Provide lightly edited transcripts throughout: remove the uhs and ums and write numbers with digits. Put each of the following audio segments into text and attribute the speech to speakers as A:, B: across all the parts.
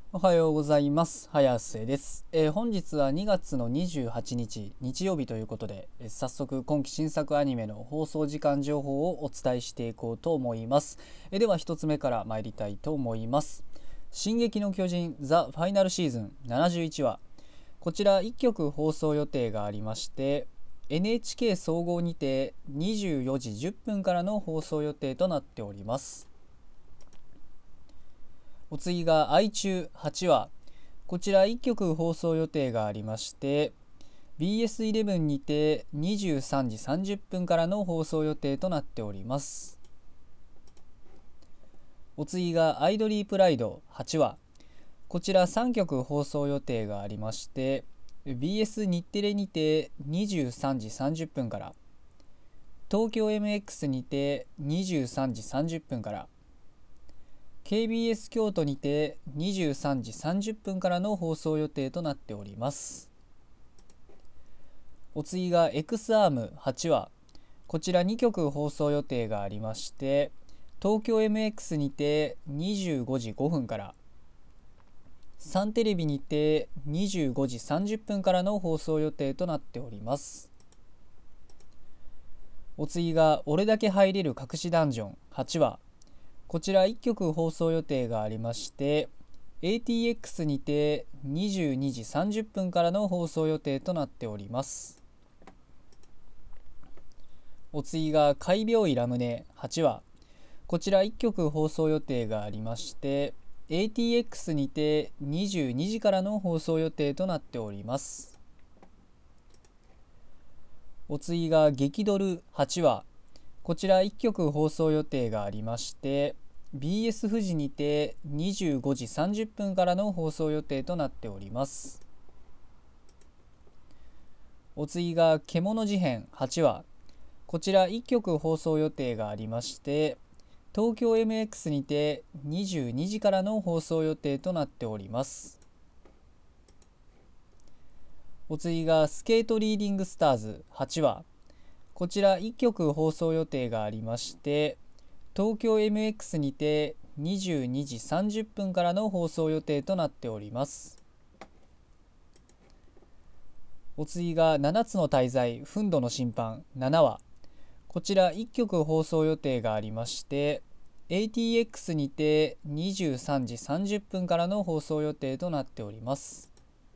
A: おはようございます。早瀬です。本日は2月の28日日曜日ということで、早速今期新作アニメの放送時間情報をお伝えしていこうと思います。では一つ目から参りたいと思います。進撃の巨人ザ・ファイナルシーズン71話、こちら1曲放送予定がありまして、NHK 総合にて24時10分からの放送予定となっております。お次が愛中8話、こちら1曲放送予定がありまして、 BS11 にて23時30分からの放送予定となっております。お次がアイドリープライド8話、こちら3曲放送予定がありまして、 BS 日テレにて23時30分から、東京 MX にて23時30分から、KBS 京都にて23時30分からの放送予定となっております。お次が X アーム8話、こちら2曲放送予定がありまして、東京 MX にて25時5分から、サンテレビにて25時30分からの放送予定となっております。お次が俺だけ入れる隠しダンジョン8話、こちら1曲放送予定がありまして、 ATX にて22時30分からの放送予定となっております。お次が怪病医ラムネ8話、こちら1曲放送予定がありまして、 ATX にて22時からの放送予定となっております。お次が激ドル8話、こちら1曲放送予定がありまして、 BS 富士にて25時30分からの放送予定となっております。お次が獣事変8話、こちら1曲放送予定がありまして、東京 MX にて22時からの放送予定となっております。お次がスケートリーディングスターズ8話、こちら1曲放送予定がありまして、東京 MX にて22時30分からの放送予定となっております。お次が7つの大罪憤怒の審判7話、こちら1曲放送予定がありまして、 ATX にて23時30分からの放送予定となっております。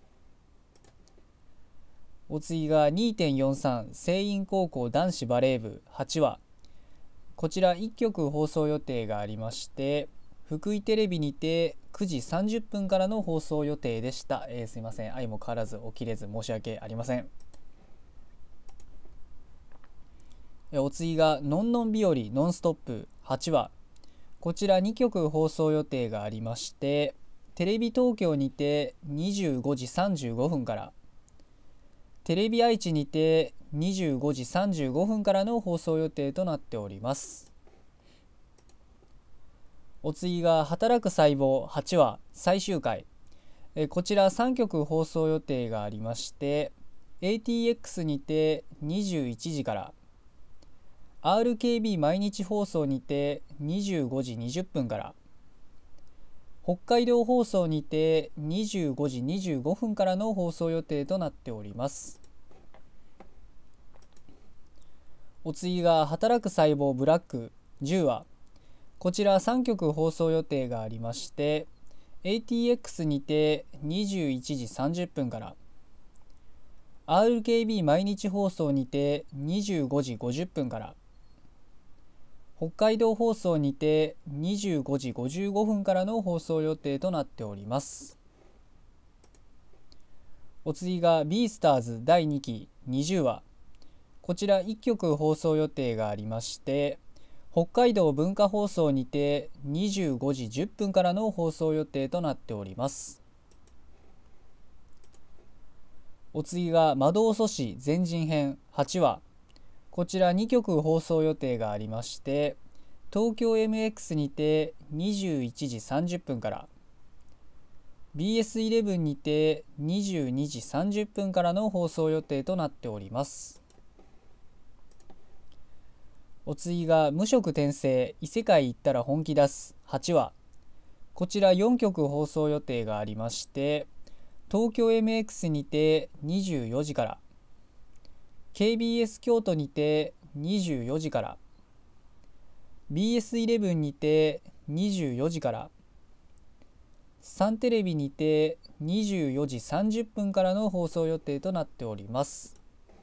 A: お次が 2.43 聖院高校男子バレー部8話、こちら1曲放送予定がありまして、福井テレビにて9時30分からの放送予定でした。すいません、相も変わらず起きれず申し訳ありません。お次がのんのん日和ノンストップ8話、こちら2曲放送予定がありまして、テレビ東京にて25時35分から、テレビ愛知にて25時35分からの放送予定となっております。お次が働く細胞8話最終回、こちら3曲放送予定がありまして、 ATX にて21時から、 RKB 毎日放送にて25時20分から、北海道放送にて25時25分からの放送予定となっております。お次が働く細胞ブラック10話、こちら3曲放送予定がありまして、 ATX にて21時30分から、 RKB 毎日放送にて25時50分から、北海道放送にて25時55分からの放送予定となっております。お次がビースターズ第2期20話、こちら1曲放送予定がありまして、北海道文化放送にて25時10分からの放送予定となっております。お次が魔導阻止全人編8話、こちら2曲放送予定がありまして、東京 MX にて21時30分から、 BS11 にて22時30分からの放送予定となっております。お次が無職転生異世界行ったら本気出す8話、 こちら4曲放送予定がありまして、東京 MX にて24時から、KBS 京都にて24時から、BS11 にて24時から、サンテレビにて24時30分からの放送予定となっております。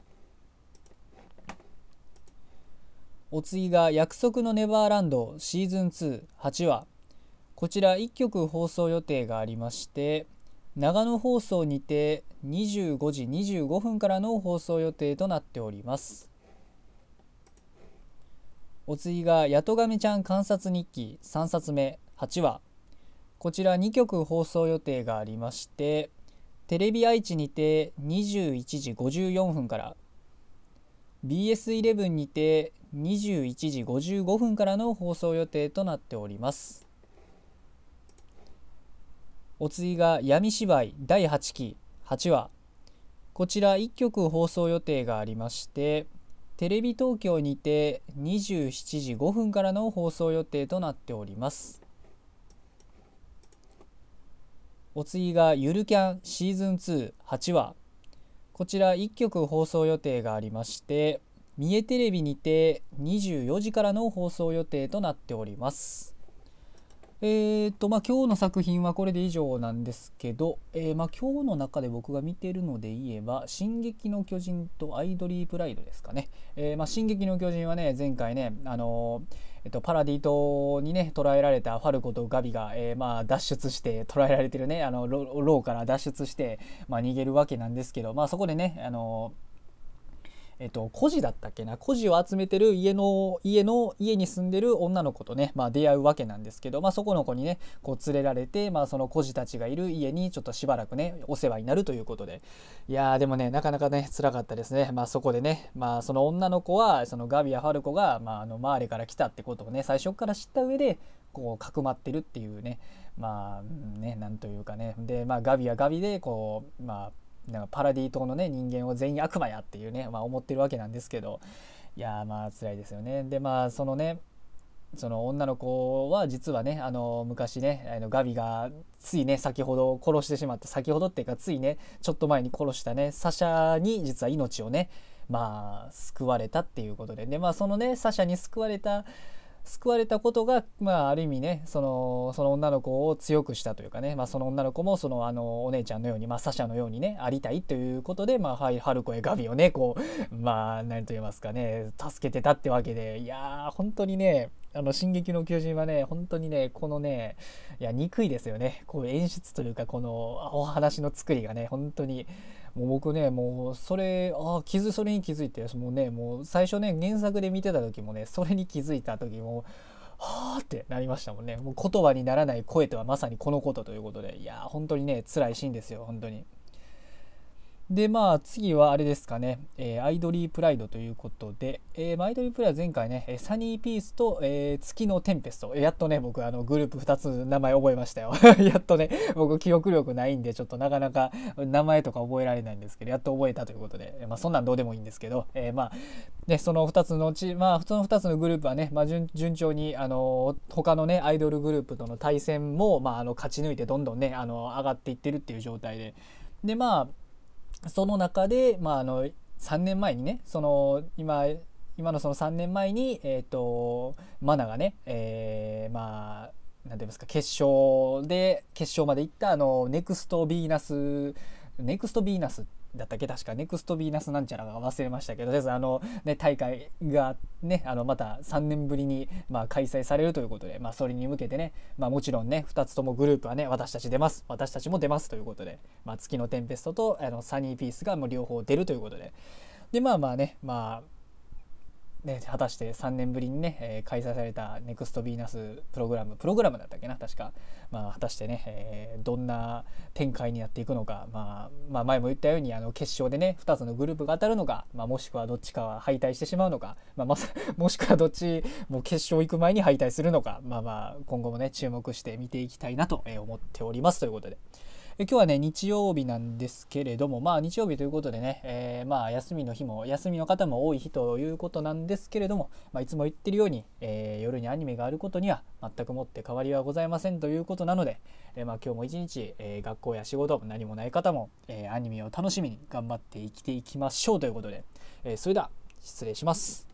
A: お次が約束のネバーランドシーズン2、8話。こちら1曲放送予定がありまして、長野放送にて25時25分からの放送予定となっております。お次がやとがめちゃん観察日記3冊目8話。こちら2曲放送予定がありまして、テレビ愛知にて21時54分から、BS11 にて21時55分からの放送予定となっております。お次が闇芝居第8期8話。こちら1曲放送予定がありまして、テレビ東京にて27時5分からの放送予定となっております。お次がゆるキャンシーズン2、8話。こちら1曲放送予定がありまして、三重テレビにて24時からの放送予定となっております。今日の作品はこれで以上なんですけど、今日の中で僕が見てるので言えば、進撃の巨人とアイドリープライドですかね。進撃の巨人はね、前回ね、パラディ島にね捕らえられたファルコとガビが、脱出して捕らえられてるねローから脱出して、逃げるわけなんですけど、そこでね孤児だったっけな、孤児を集めてる家に住んでる女の子とね、出会うわけなんですけど、そこの子にねこう連れられて、その孤児たちがいる家にちょっとしばらくねお世話になるということで、いやでもねなかなかね辛かったですね。そこでね、その女の子はそのガビやファルコが、マーレから来たってことをね最初から知った上でこうかくまってるっていうね、なんというかね、でガビはガビでこうなんかパラディ島のね人間を全員悪魔やっていうね、思ってるわけなんですけど、いや辛いですよね。でそのねその女の子は実はね昔ねガビがついね先ほど殺してしまった、先ほどっていうかついねちょっと前に殺したねサシャに実は命をね救われたっていうことで、そのねサシャに救われたことが、ある意味ねその女の子を強くしたというかね、その女の子もそのお姉ちゃんのように、サシャのようにねありたいということで、ハルコやガビをねこう何と言いますかね助けてたってわけで、いや本当にね進撃の巨人はね本当にねこのね憎いですよね。こう演出というかこのお話の作りがね本当にもう僕ねもうそれに気づいて、もう最初ね原作で見てた時もねそれに気づいた時もはーってなりましたもんね。もう言葉にならない声とはまさにこのことということで、いや本当にね辛いシーンですよ本当に。で次はあれですかね、アイドリープライドということで、アイドリープライド前回ねサニーピースと、月のテンペスト、やっとね僕グループ2つ名前覚えましたよやっとね僕記憶力ないんでちょっとなかなか名前とか覚えられないんですけど、やっと覚えたということで、そんなんどうでもいいんですけど、その2つのその2つのグループはね、順調に他のねアイドルグループとの対戦も、勝ち抜いてどんどんね上がっていってるっていう状態で、その中で、3年前にね今のその3年前にマナがね、なんて言いますか決勝まで行ったネクストビーナスだったっけ、確かネクストビーナスなんちゃらが忘れましたけど、大会がねまた3年ぶりに開催されるということで、それに向けてね、もちろんね2つともグループはね私たちも出ますということで、月のテンペストとサニーピースがもう両方出るということで、果たして3年ぶりにね、開催されたネクストビーナスプログラムだったっけな確か、果たしてね、どんな展開になっていくのか、前も言ったように決勝でね2つのグループが当たるのか、もしくはどっちかは敗退してしまうのか、もしくはどっちも決勝行く前に敗退するのか、今後もね注目して見ていきたいなと思っておりますということで、 今日はね日曜日なんですけれども、日曜日ということでね、休みの日も休みの方も多い日ということなんですけれども、いつも言ってるように、夜にアニメがあることには全くもって変わりはございませんということなので、今日も一日、学校や仕事何もない方も、アニメを楽しみに頑張って生きていきましょうということで、それでは失礼します。